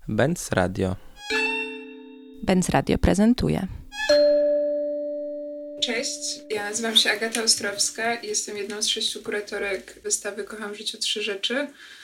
Benz Radio. Benz Radio prezentuje. Cześć, ja nazywam się Agata Ostrowska i jestem jedną z 6 kuratorek wystawy Kocham w życiu 3 rzeczy.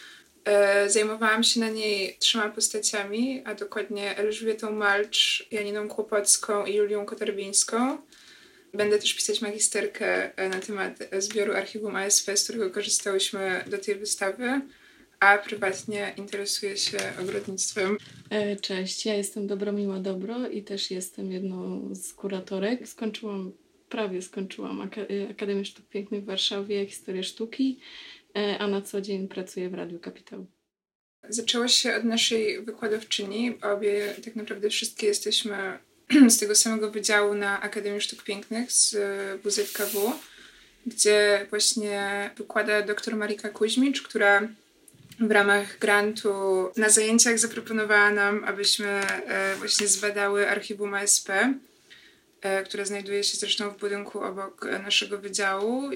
Zajmowałam się na niej 3 postaciami, a dokładnie Elżbietą Malcz, Janiną Kłopocką i Julią Kotarbińską. Będę też pisać magisterkę na temat zbioru archiwum ASP, z którego korzystałyśmy do tej wystawy, a prywatnie interesuję się ogrodnictwem. Cześć, ja jestem Dobromiła Dobro i też jestem jedną z kuratorek. Prawie skończyłam Akademię Sztuk Pięknych w Warszawie, historię sztuki, a na co dzień pracuję w Radiu Kapitał. Zaczęło się od naszej wykładowczyni. Obie, tak naprawdę wszystkie jesteśmy z tego samego wydziału na Akademii Sztuk Pięknych z WZKW, gdzie właśnie wykłada dr Marika Kuźmicz, która w ramach grantu na zajęciach zaproponowała nam, abyśmy właśnie zbadały archiwum ASP, które znajduje się zresztą w budynku obok naszego wydziału,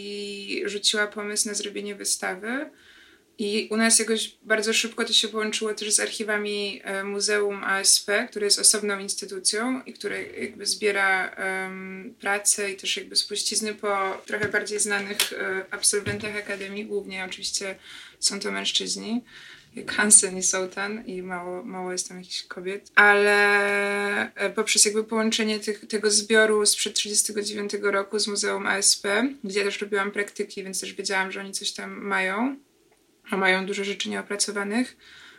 i rzuciła pomysł na zrobienie wystawy. I u nas jakoś bardzo szybko to się połączyło też z archiwami Muzeum ASP, które jest osobną instytucją i które jakby zbiera pracę i też jakby spuścizny po trochę bardziej znanych absolwentach akademii. Głównie oczywiście są to mężczyźni, jak Hansen i Sołtan, i mało jest tam jakichś kobiet. Ale poprzez jakby połączenie tego zbioru sprzed 1939 roku z Muzeum ASP, gdzie też robiłam praktyki, więc też wiedziałam, że oni coś tam mają, a mają dużo rzeczy nieopracowanych,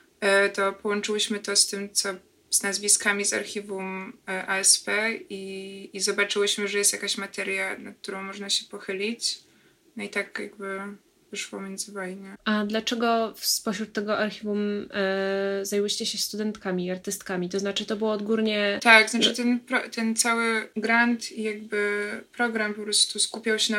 to połączyłyśmy to z tym, co z nazwiskami z archiwum ASP i zobaczyłyśmy, że jest jakaś materia, nad którą można się pochylić. No i tak jakby wyszło międzywojnie. A dlaczego spośród tego archiwum zajęłyście się studentkami, artystkami? To znaczy to było odgórnie... Tak, znaczy ten cały grant i jakby program po prostu skupia się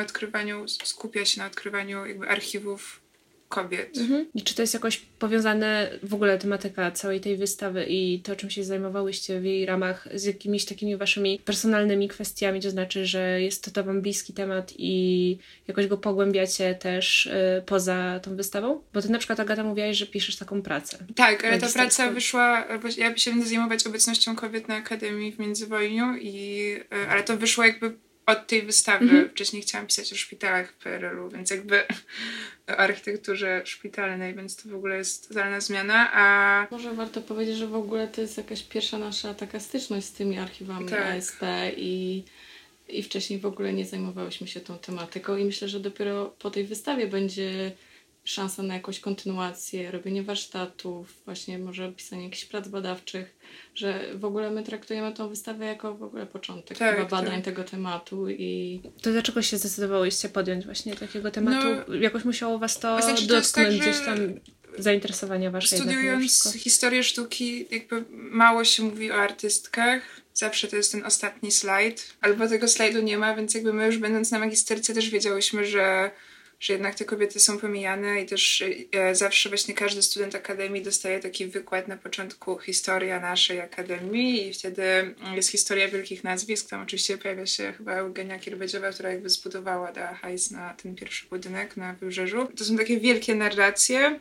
na odkrywaniu jakby archiwów kobiet. Mhm. I czy to jest jakoś powiązane w ogóle tematyka całej tej wystawy i to, czym się zajmowałyście w jej ramach, z jakimiś takimi waszymi personalnymi kwestiami? To znaczy, że jest to wam bliski temat i jakoś go pogłębiacie też poza tą wystawą? Bo ty na przykład, Agata, mówiłaś, że piszesz taką pracę. Tak, ale ta praca wyszła, ja się będę zajmować obecnością kobiet na Akademii w międzywojniu, ale to wyszło jakby od tej wystawy. Mhm. Wcześniej chciałam pisać o szpitalach w PRL-u, więc jakby o architekturze szpitalnej, więc to w ogóle jest totalna zmiana. A może warto powiedzieć, że w ogóle to jest jakaś pierwsza nasza taka styczność z tymi archiwami ASP i wcześniej w ogóle nie zajmowałyśmy się tą tematyką i myślę, że dopiero po tej wystawie będzie szansa na jakąś kontynuację, robienie warsztatów, właśnie może pisanie jakichś prac badawczych, że w ogóle my traktujemy tą wystawę jako w ogóle początek badań tego tematu. To dlaczego się zdecydowałyście podjąć właśnie takiego tematu? No, jakoś musiało was to dotknąć tak, gdzieś tam zainteresowania waszej. Studiując historię sztuki, jakby mało się mówi o artystkach. Zawsze to jest ten ostatni slajd, albo tego slajdu nie ma, więc jakby my już będąc na magisterce też wiedziałyśmy, że jednak te kobiety są pomijane i też zawsze właśnie każdy student akademii dostaje taki wykład na początku historia naszej akademii i wtedy jest historia wielkich nazwisk. Tam oczywiście pojawia się chyba Eugenia Kierbedziowa, która jakby zbudowała, dała hajs na ten pierwszy budynek na Wybrzeżu. To są takie wielkie narracje,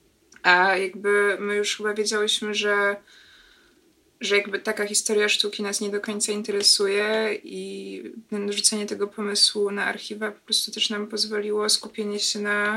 a jakby my już chyba wiedziałyśmy, że jakby taka historia sztuki nas nie do końca interesuje i rzucenie tego pomysłu na archiwa po prostu też nam pozwoliło skupienie się na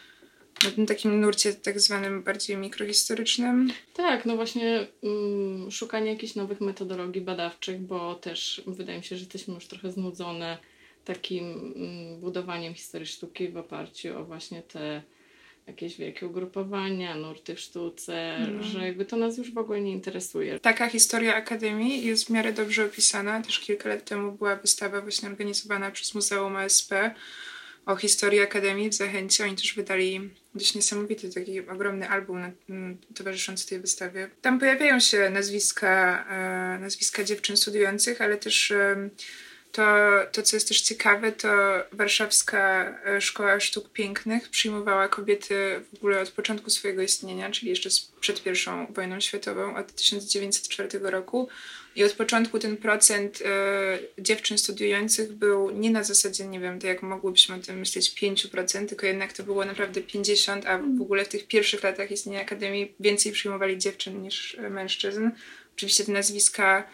tym takim nurcie tak zwanym bardziej mikrohistorycznym. Tak, no właśnie szukanie jakichś nowych metodologii badawczych, bo też wydaje mi się, że jesteśmy już trochę znudzone takim budowaniem historii sztuki w oparciu o właśnie te jakieś wielkie ugrupowania, nurty w sztuce, że jakby to nas już w ogóle nie interesuje. Taka historia Akademii jest w miarę dobrze opisana. Też kilka lat temu była wystawa właśnie organizowana przez Muzeum ASP o historii Akademii w Zachęcie. Oni też wydali dość niesamowity, taki ogromny album towarzyszący tej wystawie. Tam pojawiają się nazwiska dziewczyn studiujących, ale też to, co jest też ciekawe, to Warszawska Szkoła Sztuk Pięknych przyjmowała kobiety w ogóle od początku swojego istnienia, czyli jeszcze przed I wojną światową, od 1904 roku. I od początku ten procent dziewczyn studiujących był nie na zasadzie, nie wiem, tak jak mogłybyśmy o tym myśleć, 5%, tylko jednak to było naprawdę 50%, a w ogóle w tych pierwszych latach istnienia Akademii więcej przyjmowali dziewczyn niż mężczyzn. Oczywiście te nazwiska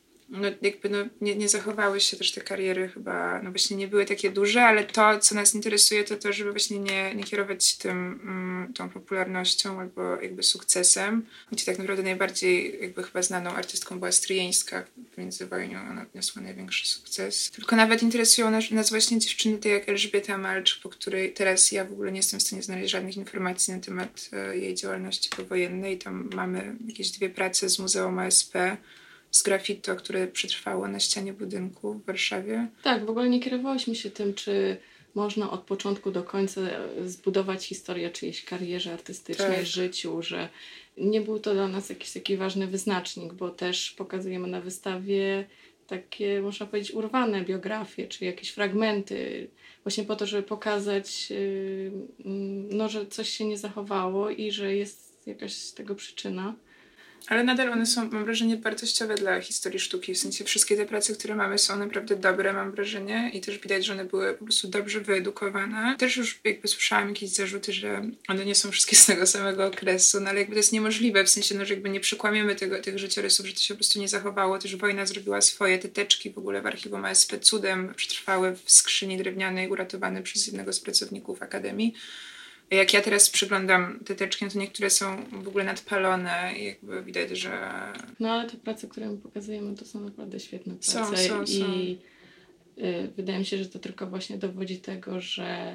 nie zachowały się też te kariery chyba, właśnie nie były takie duże, ale to, co nas interesuje, to żeby właśnie nie kierować się tą popularnością albo jakby sukcesem. Gdzie tak naprawdę najbardziej jakby chyba znaną artystką była Stryjeńska w międzywojniu, ona odniosła największy sukces. Tylko nawet interesują nas właśnie dziewczyny takie jak Elżbieta Malcz, po której teraz ja w ogóle nie jestem w stanie znaleźć żadnych informacji na temat jej działalności powojennej. Tam mamy jakieś 2 prace z Muzeum ASP, z graffito, które przetrwało na ścianie budynku w Warszawie. Tak, w ogóle nie kierowałyśmy się tym, czy można od początku do końca zbudować historię czyjejś karierze artystycznej, życiu, że nie był to dla nas jakiś taki ważny wyznacznik, bo też pokazujemy na wystawie takie, można powiedzieć, urwane biografie, czy jakieś fragmenty, właśnie po to, żeby pokazać, że coś się nie zachowało i że jest jakaś tego przyczyna. Ale nadal one są, mam wrażenie, wartościowe dla historii sztuki. W sensie wszystkie te prace, które mamy, są naprawdę dobre, mam wrażenie. I też widać, że one były po prostu dobrze wyedukowane. Też już jakby słyszałam jakieś zarzuty, że one nie są wszystkie z tego samego okresu, no ale jakby to jest niemożliwe. W sensie, że jakby nie przekłamiemy tych życiorysów, że to się po prostu nie zachowało. Też wojna zrobiła swoje. Te teczki w ogóle w archiwum ASP cudem przetrwały w skrzyni drewnianej, uratowane przez jednego z pracowników Akademii. Jak ja teraz przyglądam te teczki, to niektóre są w ogóle nadpalone i jakby widać, że... No ale te prace, które my pokazujemy, to są naprawdę świetne prace. Są. Wydaje mi się, że to tylko właśnie dowodzi tego, że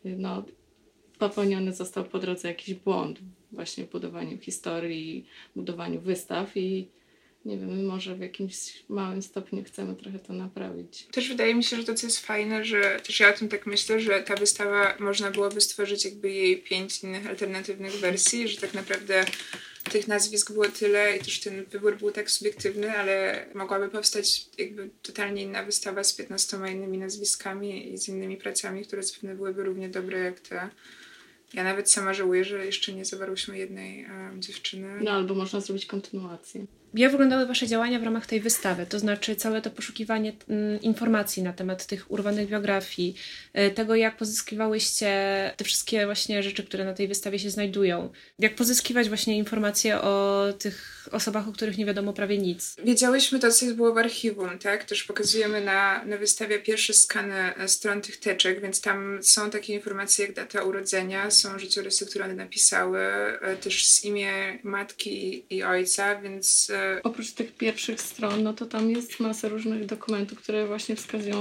popełniony został po drodze jakiś błąd właśnie w budowaniu historii, budowaniu wystaw i nie wiem, my może w jakimś małym stopniu chcemy trochę to naprawić. Też wydaje mi się, że to, co jest fajne, że też ja o tym tak myślę, że ta wystawa można byłoby stworzyć jakby jej 5 innych alternatywnych wersji, że tak naprawdę tych nazwisk było tyle i też ten wybór był tak subiektywny, ale mogłaby powstać jakby totalnie inna wystawa z 15 innymi nazwiskami i z innymi pracami, które zapewne byłyby równie dobre jak te. Ja nawet sama żałuję, że jeszcze nie zawarłyśmy jednej dziewczyny. No albo można zrobić kontynuację. Jak wyglądały Wasze działania w ramach tej wystawy? To znaczy całe to poszukiwanie informacji na temat tych urwanych biografii, tego jak pozyskiwałyście te wszystkie właśnie rzeczy, które na tej wystawie się znajdują. Jak pozyskiwać właśnie informacje o tych osobach, o których nie wiadomo prawie nic. Wiedziałyśmy to, co było w archiwum, tak? Też pokazujemy na wystawie pierwsze skany stron tych teczek, więc tam są takie informacje jak data urodzenia, są życiorysy, które one napisały, też z imię matki i ojca, więc... Oprócz tych pierwszych stron, no to tam jest masa różnych dokumentów, które właśnie wskazują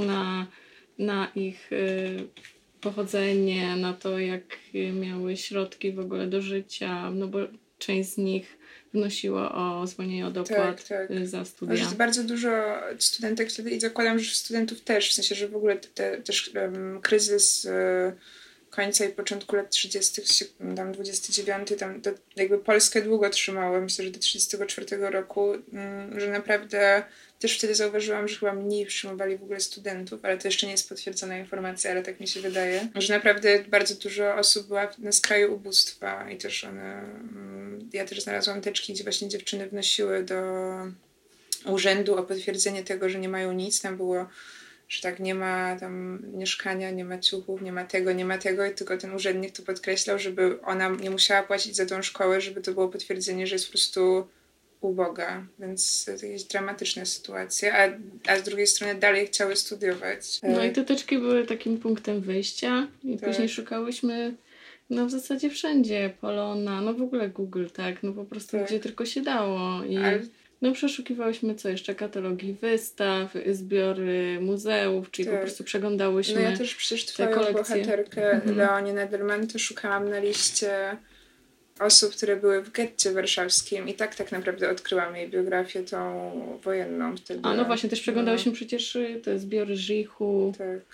na ich pochodzenie, na to, jak miały środki w ogóle do życia, no bo część z nich wnosiła o zwolnienie od opłat za studia. Jest bardzo dużo studentek wtedy i zakładam, że studentów też, w sensie, że w ogóle też kryzys końca i początku lat 30., tam 29, tam to jakby Polskę długo trzymało, myślę, że do 34 roku, że naprawdę też wtedy zauważyłam, że chyba mniej przyjmowali w ogóle studentów, ale to jeszcze nie jest potwierdzona informacja, ale tak mi się wydaje, że naprawdę bardzo dużo osób była na skraju ubóstwa i też ja też znalazłam teczki, gdzie właśnie dziewczyny wnosiły do urzędu o potwierdzenie tego, że nie mają nic, tam było, że tak nie ma tam mieszkania, nie ma ciuchów, nie ma tego, i tylko ten urzędnik to podkreślał, żeby ona nie musiała płacić za tą szkołę, żeby to było potwierdzenie, że jest po prostu uboga, więc to jakieś dramatyczne sytuacje, a z drugiej strony dalej chciały studiować. No i te teczki były takim punktem wyjścia i później szukałyśmy w zasadzie wszędzie, Polona, no w ogóle Google, tak, no po prostu gdzie tylko się dało i... przeszukiwałyśmy co jeszcze? Katalogi wystaw, zbiory muzeów, czyli po prostu przeglądałyśmy. No ja też przecież twoją bohaterkę Leonię Nadelman to szukałam na liście osób, które były w getcie warszawskim i tak naprawdę odkryłam jej biografię tą wojenną wtedy. A no właśnie, też przeglądałyśmy przecież te zbiory Żichu,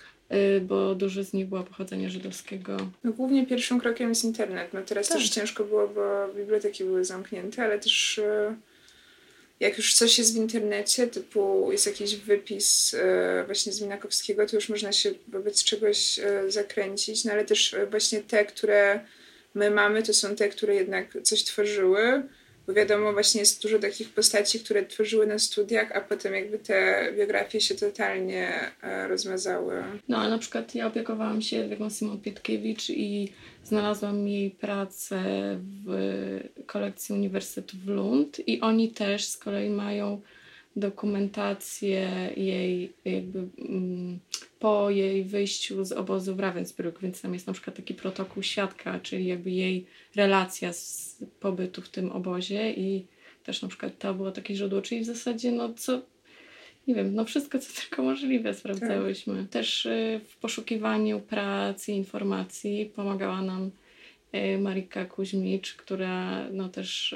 bo dużo z nich było pochodzenia żydowskiego. No głównie pierwszym krokiem jest internet. No teraz też ciężko było, bo biblioteki były zamknięte, ale też... jak już coś jest w internecie, typu jest jakiś wypis właśnie z Minakowskiego, to już można się wobec czegoś zakręcić, no ale też właśnie te, które my mamy, to są te, które jednak coś tworzyły, bo wiadomo, właśnie jest dużo takich postaci, które tworzyły na studiach, a potem jakby te biografie się totalnie rozmazały. No, a na przykład ja opiekowałam się Jadwigą Symon-Pietkiewicz i znalazłam jej pracę w kolekcji Uniwersytetu w Lund i oni też z kolei mają dokumentację jej jakby po jej wyjściu z obozu w Ravensbrück, więc tam jest na przykład taki protokół świadka, czyli jakby jej relacja z pobytu w tym obozie i też na przykład to było takie źródło, czyli w zasadzie nie wiem, wszystko co tylko możliwe sprawdzałyśmy. Tak. Też w poszukiwaniu pracy, informacji pomagała nam Marika Kuźmicz, która też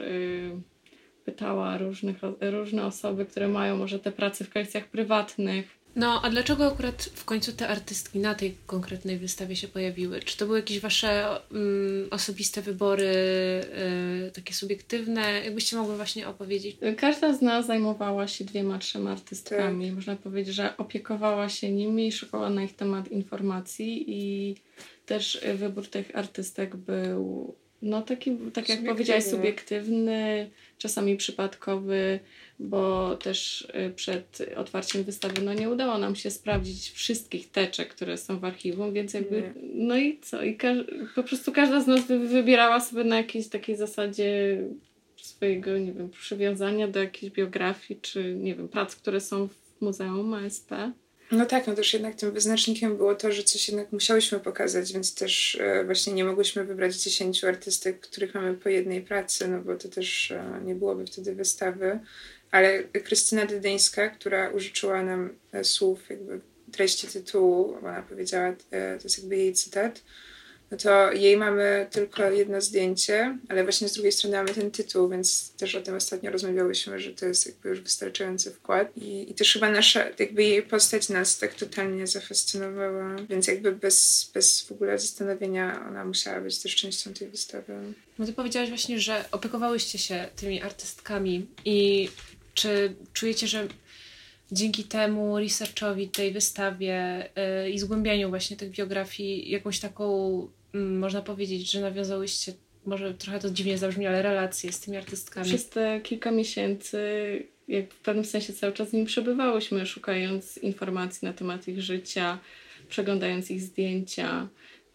pytała różne osoby, które mają może te prace w kolekcjach prywatnych. No, a dlaczego akurat w końcu te artystki na tej konkretnej wystawie się pojawiły? Czy to były jakieś wasze osobiste wybory, takie subiektywne? Jakbyście mogły właśnie opowiedzieć? Każda z nas zajmowała się 2-3 artystkami. Tak. Można powiedzieć, że opiekowała się nimi i szukała na ich temat informacji i też wybór tych artystek był taki, tak jak powiedziałaś, subiektywny, czasami przypadkowy, bo też przed otwarciem wystawy nie udało nam się sprawdzić wszystkich teczek, które są w archiwum, więc jakby i co? I po prostu każda z nas wybierała sobie na jakiejś takiej zasadzie swojego, nie wiem, przywiązania do jakiejś biografii, czy nie wiem, prac, które są w Muzeum ASP. No tak, też jednak tym wyznacznikiem było to, że coś jednak musiałyśmy pokazać, więc też właśnie nie mogłyśmy wybrać 10 artystek, których mamy po jednej pracy, bo to też nie byłoby wtedy wystawy. Ale Krystyna Dydyńska, która użyczyła nam słów, jakby treści tytułu, ona powiedziała, to jest jakby jej cytat, no to jej mamy tylko jedno zdjęcie, ale właśnie z drugiej strony mamy ten tytuł, więc też o tym ostatnio rozmawiałyśmy, że to jest jakby już wystarczający wkład. I też chyba jakby jej postać nas tak totalnie zafascynowała, więc jakby bez w ogóle zastanowienia ona musiała być też częścią tej wystawy. No ty powiedziałaś właśnie, że opiekowałyście się tymi artystkami i czy czujecie, że dzięki temu researchowi, tej wystawie i zgłębianiu właśnie tych biografii jakąś taką, można powiedzieć, że nawiązałyście, może trochę to dziwnie zabrzmi, ale relacje z tymi artystkami? Przez te kilka miesięcy jak w pewnym sensie cały czas z nimi przebywałyśmy, szukając informacji na temat ich życia, przeglądając ich zdjęcia.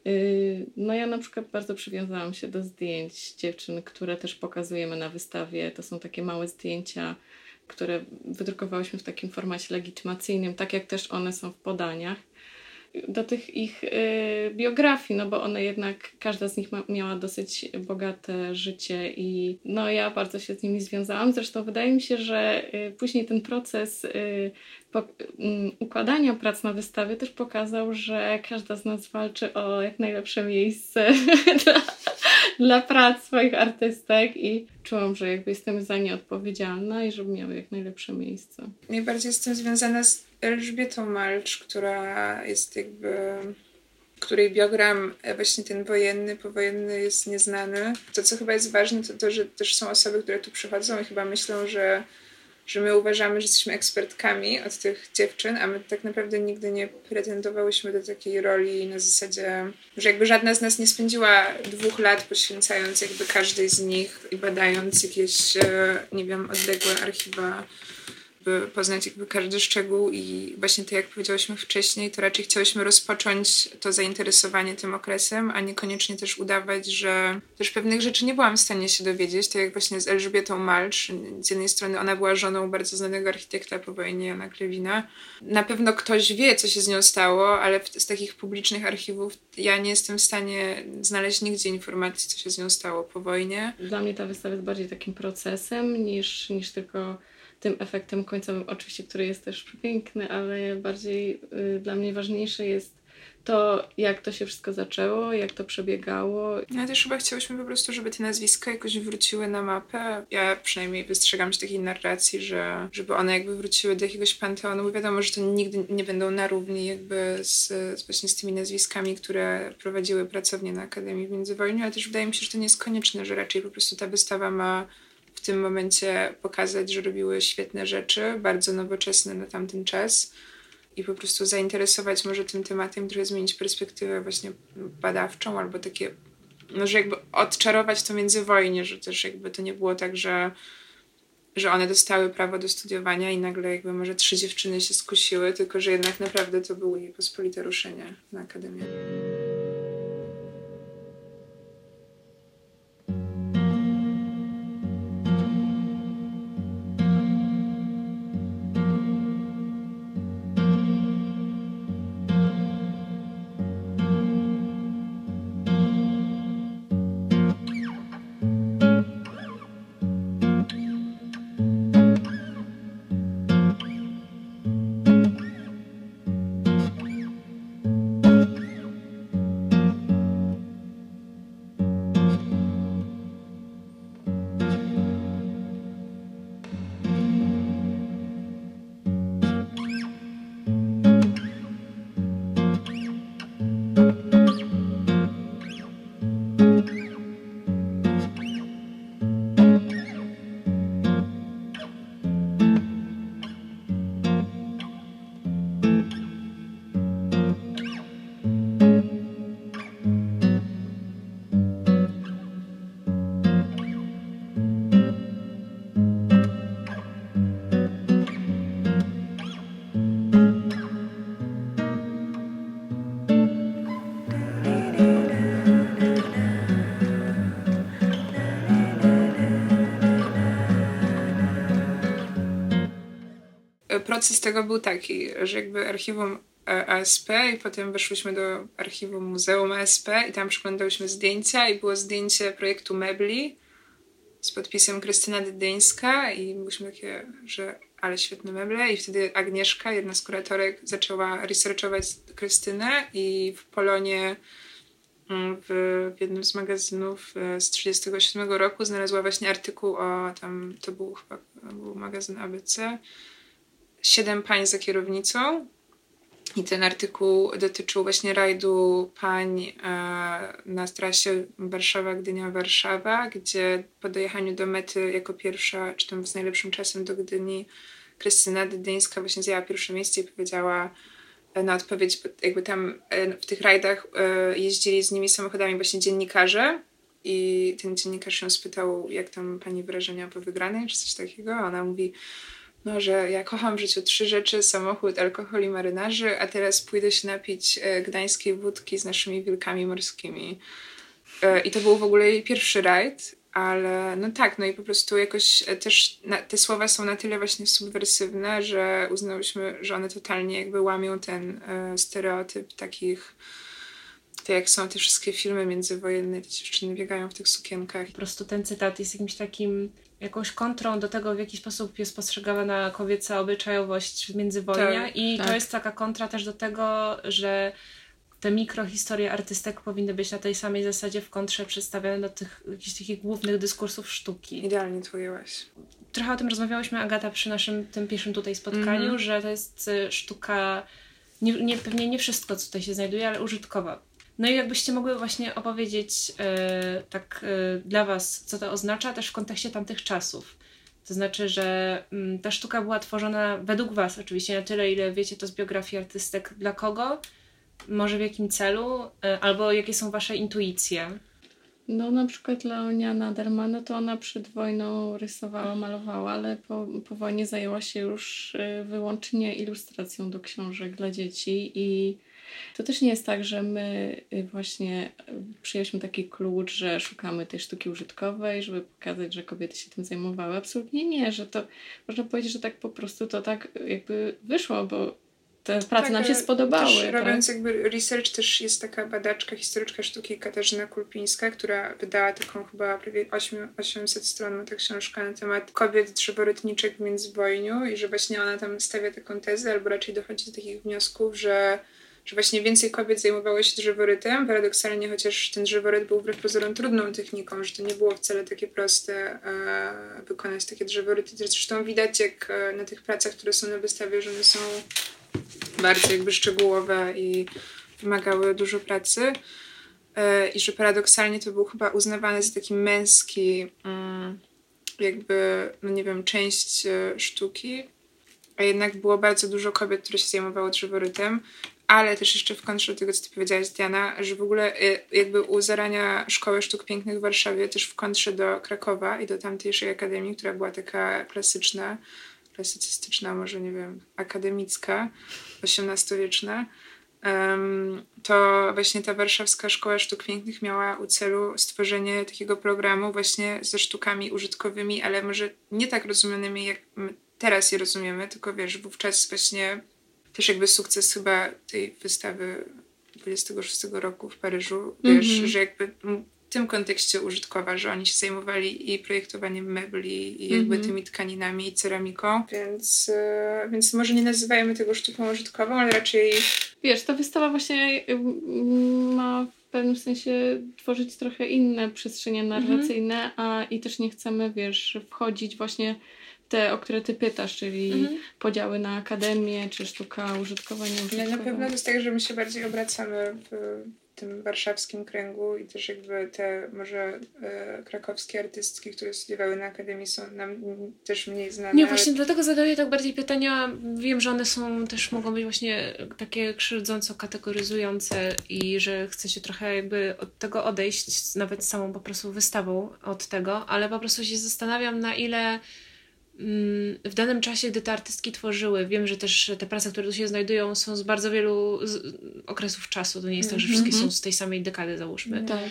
Ja na przykład bardzo przywiązałam się do zdjęć dziewczyn, które też pokazujemy na wystawie. To są takie małe zdjęcia, które wydrukowałyśmy w takim formacie legitymacyjnym, tak jak też one są w podaniach. Do tych ich biografii, bo one jednak, każda z nich miała dosyć bogate życie i ja bardzo się z nimi związałam. Zresztą wydaje mi się, że później ten proces układania prac na wystawie też pokazał, że każda z nas walczy o jak najlepsze miejsce dla prac swoich artystek i czułam, że jakby jestem za nie odpowiedzialna i żeby miały jak najlepsze miejsce. Najbardziej jestem związana z Elżbietą Malcz, która jest której biogram właśnie ten powojenny jest nieznany. To, co chyba jest ważne, to że też są osoby, które tu przychodzą i chyba myślą, że my uważamy, że jesteśmy ekspertkami od tych dziewczyn, a my tak naprawdę nigdy nie pretendowałyśmy do takiej roli na zasadzie, że jakby żadna z nas nie spędziła 2 lat poświęcając jakby każdej z nich i badając jakieś, nie wiem, odległe archiwa, by poznać jakby każdy szczegół i właśnie tak jak powiedziałyśmy wcześniej, to raczej chciałyśmy rozpocząć to zainteresowanie tym okresem, a niekoniecznie też udawać, że też pewnych rzeczy nie byłam w stanie się dowiedzieć, tak jak właśnie z Elżbietą Malcz. Z jednej strony ona była żoną bardzo znanego architekta po wojnie, Jana Klewina. Na pewno ktoś wie, co się z nią stało, ale z takich publicznych archiwów ja nie jestem w stanie znaleźć nigdzie informacji, co się z nią stało po wojnie. Dla mnie ta wystawa jest bardziej takim procesem niż tylko tym efektem końcowym, oczywiście, który jest też piękny, ale bardziej dla mnie ważniejsze jest to, jak to się wszystko zaczęło, jak to przebiegało. Ja też chyba chciałyśmy po prostu, żeby te nazwiska jakoś wróciły na mapę. Ja przynajmniej wystrzegam się takiej narracji, żeby one jakby wróciły do jakiegoś panteonu, bo wiadomo, że to nigdy nie będą na równi jakby właśnie z tymi nazwiskami, które prowadziły pracownie na Akademii w międzywojniu, ale też wydaje mi się, że to nie jest konieczne, że raczej po prostu ta wystawa ma w w tym momencie pokazać, że robiły świetne rzeczy, bardzo nowoczesne na tamten czas i po prostu zainteresować może tym tematem, trochę zmienić perspektywę właśnie badawczą albo takie, no, że jakby odczarować to międzywojnie, że też jakby to nie było tak, że one dostały prawo do studiowania i nagle jakby może 3 dziewczyny się skusiły, tylko że jednak naprawdę to było jej pospolite ruszenie na akademię. Proces tego był taki, że jakby archiwum ASP i potem weszłyśmy do archiwum Muzeum ASP i tam przeglądałyśmy zdjęcia i było zdjęcie projektu mebli z podpisem Krystyna Dydyńska i byliśmy takie, że ale świetne meble i wtedy Agnieszka, jedna z kuratorek, zaczęła researchować Krystynę i w Polonie w jednym z magazynów z 1937 roku znalazła właśnie artykuł o tam, to był magazyn ABC, 7 pań za kierownicą i ten artykuł dotyczył właśnie rajdu pań na trasie Warszawa-Gdynia-Warszawa, gdzie po dojechaniu do mety jako pierwsza, czy tam z najlepszym czasem do Gdyni, Krystyna Dydyńska właśnie zajęła pierwsze miejsce i powiedziała na odpowiedź, jakby tam w tych rajdach jeździli z nimi samochodami właśnie dziennikarze i ten dziennikarz ją spytał, jak tam pani wrażenia po wygranej, czy coś takiego, a ona mówi, no, że ja kocham w życiu 3 rzeczy, samochód, alkohol i marynarzy, a teraz pójdę się napić gdańskiej wódki z naszymi wilkami morskimi. I to był w ogóle jej pierwszy rajd, ale no tak, no i po prostu jakoś też te słowa są na tyle właśnie subwersywne, że uznałyśmy, że one totalnie jakby łamią ten stereotyp takich, to jak są te wszystkie filmy międzywojenne, te dziewczyny biegają w tych sukienkach. Po prostu ten cytat jest jakimś takim, jakąś kontrą do tego, w jaki sposób jest postrzegana kobieca obyczajowość międzywojnia i to jest taka kontra też do tego, że te mikrohistorie artystek powinny być na tej samej zasadzie w kontrze przedstawiane do tych jakichś takich głównych dyskursów sztuki. Idealnie to ujęłaś. Trochę o tym rozmawiałyśmy, Agata, przy naszym tym pierwszym tutaj spotkaniu, że to jest sztuka, pewnie nie wszystko, co tutaj się znajduje, ale użytkowa. No i jakbyście mogły właśnie opowiedzieć dla was, co to oznacza też w kontekście tamtych czasów. To znaczy, że ta sztuka była tworzona według was oczywiście na tyle, ile wiecie to z biografii artystek, dla kogo, może w jakim celu, albo jakie są wasze intuicje. No na przykład Leonia Naderman, no to ona przed wojną rysowała, malowała, ale po wojnie zajęła się już wyłącznie ilustracją do książek dla dzieci i to też nie jest tak, że my właśnie przyjęliśmy taki klucz, że szukamy tej sztuki użytkowej, żeby pokazać, że kobiety się tym zajmowały. Absolutnie nie, że to można powiedzieć, że tak po prostu to tak jakby wyszło, bo te prace nam się spodobały. Też robiąc jakby research, też jest taka badaczka, historyczka sztuki Katarzyna Kulpińska, która wydała taką chyba prawie 800 stron ma ta książka na temat kobiet drzeworytniczek w międzywojniu i że właśnie ona tam stawia taką tezę, albo raczej dochodzi do takich wniosków, że właśnie więcej kobiet zajmowało się drzeworytem, paradoksalnie, chociaż ten drzeworyt był wbrew pozorom trudną techniką, że to nie było wcale takie proste wykonać takie drzeworyty. Zresztą widać, jak na tych pracach, które są na wystawie, że one są bardzo jakby szczegółowe i wymagały dużo pracy i że paradoksalnie to był chyba uznawany za taki męski jakby, no nie wiem, część sztuki, a jednak było bardzo dużo kobiet, które się zajmowało drzeworytem, ale też jeszcze w kontrze do tego, co ty powiedziałaś, Diana, że w ogóle jakby u zarania Szkoły Sztuk Pięknych w Warszawie, też w kontrze do Krakowa i do tamtejszej akademii, która była taka klasycystyczna, może nie wiem, akademicka, XVIII-wieczna, to właśnie ta warszawska Szkoła Sztuk Pięknych miała u celu stworzenie takiego programu właśnie ze sztukami użytkowymi, ale może nie tak rozumianymi, jak my teraz je rozumiemy, tylko wiesz, wówczas właśnie też jakby sukces chyba tej wystawy 26 roku w Paryżu, wiesz, że jakby w tym kontekście użytkowa, że oni się zajmowali i projektowaniem mebli, i jakby tymi tkaninami i ceramiką, więc może nie nazywajmy tego sztuką użytkową, ale raczej... Wiesz, ta wystawa właśnie ma w pewnym sensie tworzyć trochę inne przestrzenie narracyjne, i też nie chcemy, wiesz, wchodzić właśnie te, o które ty pytasz, czyli podziały na akademię, czy sztuka użytkowa, nieużytkowa. Na pewno to jest tak, że my się bardziej obracamy w tym warszawskim kręgu i też jakby te może krakowskie artystki, które studiowały na akademii, są nam też mniej znane. Nie, właśnie dlatego zadaję tak bardziej pytania. Wiem, że one są też mogą być właśnie takie krzywdząco kategoryzujące i że chce się trochę jakby od tego odejść, nawet samą po prostu wystawą od tego, ale po prostu się zastanawiam, na ile w danym czasie, gdy te artystki tworzyły, wiem, że też te prace, które tu się znajdują, są z bardzo wielu okresów czasu. To nie jest tak, że wszystkie są z tej samej dekady, załóżmy. Tak.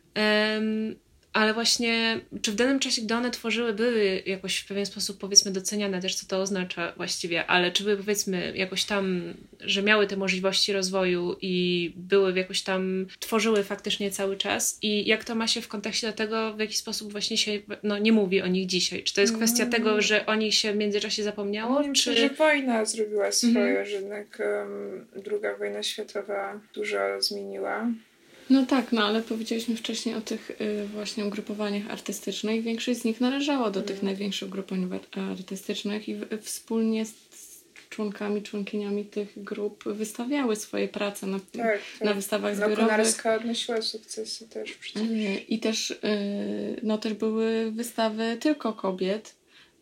Ale właśnie, czy w danym czasie, gdy one tworzyły, były jakoś w pewien sposób, powiedzmy, doceniane też, co to oznacza właściwie, ale czy były, powiedzmy, jakoś tam, że miały te możliwości rozwoju i były jakoś tam, tworzyły faktycznie cały czas i jak to ma się w kontekście do tego, w jaki sposób właśnie się, nie mówi o nich dzisiaj? Czy to jest kwestia tego, że o nich się w międzyczasie zapomniało? Myślę, że wojna zrobiła swoje, że jednak II wojna światowa dużo zmieniła. No tak, ale powiedzieliśmy wcześniej o tych właśnie ugrupowaniach artystycznych. Większość z nich należało do tych największych ugrupowań artystycznych i wspólnie z członkiniami tych grup wystawiały swoje prace na wystawach zbiorowych. Konarska odnosiła sukcesy też przecież. I też, też były wystawy tylko kobiet.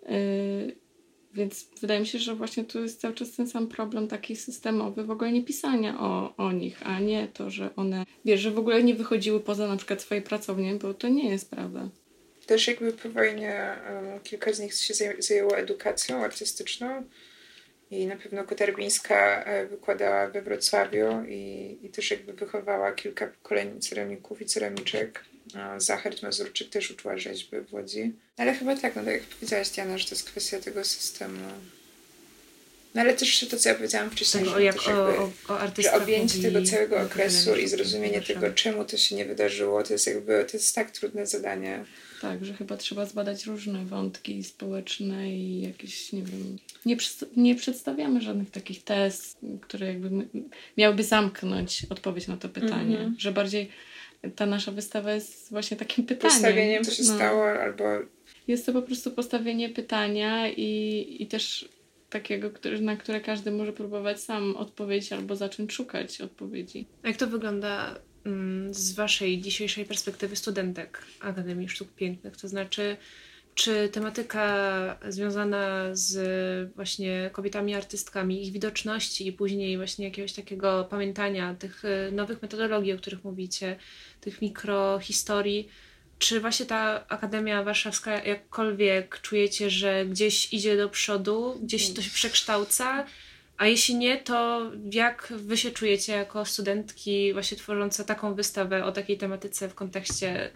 Więc wydaje mi się, że właśnie tu jest cały czas ten sam problem taki systemowy, w ogóle nie pisania o nich, a nie to, że one, wiesz, że w ogóle nie wychodziły poza na przykład swoje pracownie, bo to nie jest prawda. Też jakby po wojnie kilka z nich się zajęło edukacją artystyczną i na pewno Kotarbińska wykładała we Wrocławiu i też jakby wychowała kilka pokoleń ceramików i ceramiczek. Zachert Mazurczyk też uczyła rzeźby w Łodzi. Ale chyba tak, tak jak powiedziałaś, Diana, że to jest kwestia tego systemu. Ale też to, co ja powiedziałam wcześniej, że objęcie tego całego okresu i zrozumienie tego, czemu to się nie wydarzyło, to jest tak trudne zadanie. Tak, że chyba trzeba zbadać różne wątki społeczne i jakieś, nie wiem, nie przedstawiamy żadnych takich tez, które jakby miałyby zamknąć odpowiedź na to pytanie, że bardziej ta nasza wystawa jest właśnie takim pytaniem. Postawieniem, co się stało, albo... Jest to po prostu postawienie pytania i też takiego, na które każdy może próbować sam odpowiedzieć albo zacząć szukać odpowiedzi. A jak to wygląda z waszej dzisiejszej perspektywy studentek Akademii Sztuk Pięknych? To znaczy, czy tematyka związana z właśnie kobietami artystkami, ich widoczności i później właśnie jakiegoś takiego pamiętania tych nowych metodologii, o których mówicie, tych mikrohistorii, czy właśnie ta Akademia Warszawska jakkolwiek czujecie, że gdzieś idzie do przodu, gdzieś to się przekształca? A jeśli nie, to jak wy się czujecie jako studentki właśnie tworzące taką wystawę o takiej tematyce w kontekście...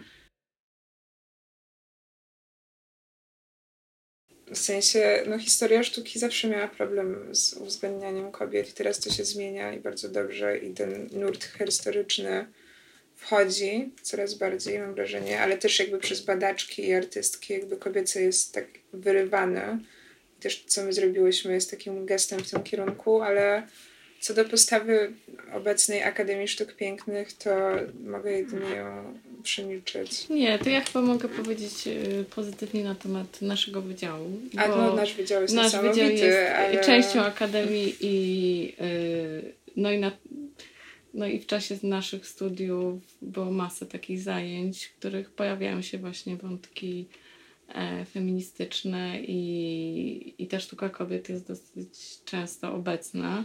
W sensie, historia sztuki zawsze miała problem z uwzględnianiem kobiet i teraz to się zmienia i bardzo dobrze i ten nurt historyczny wchodzi coraz bardziej, mam wrażenie, ale też jakby przez badaczki i artystki jakby kobiece jest tak wyrywane. I też co my zrobiłyśmy jest takim gestem w tym kierunku, ale co do postawy obecnej Akademii Sztuk Pięknych, to mogę jedynie ją przemilczeć. Nie, to ja chyba mogę powiedzieć pozytywnie na temat naszego wydziału. Nasz wydział jest niesamowity. Nasz wydział jest ale... częścią Akademii i w czasie naszych studiów było masę takich zajęć, w których pojawiają się właśnie wątki feministyczne i ta sztuka kobiet jest dosyć często obecna.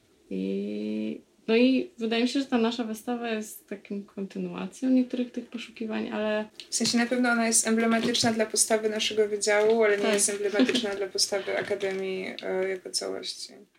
No i wydaje mi się, że ta nasza wystawa jest taką kontynuacją niektórych tych poszukiwań, ale... W sensie na pewno ona jest emblematyczna dla postawy naszego wydziału, ale nie tak. jest emblematyczna dla postawy Akademii jako całości.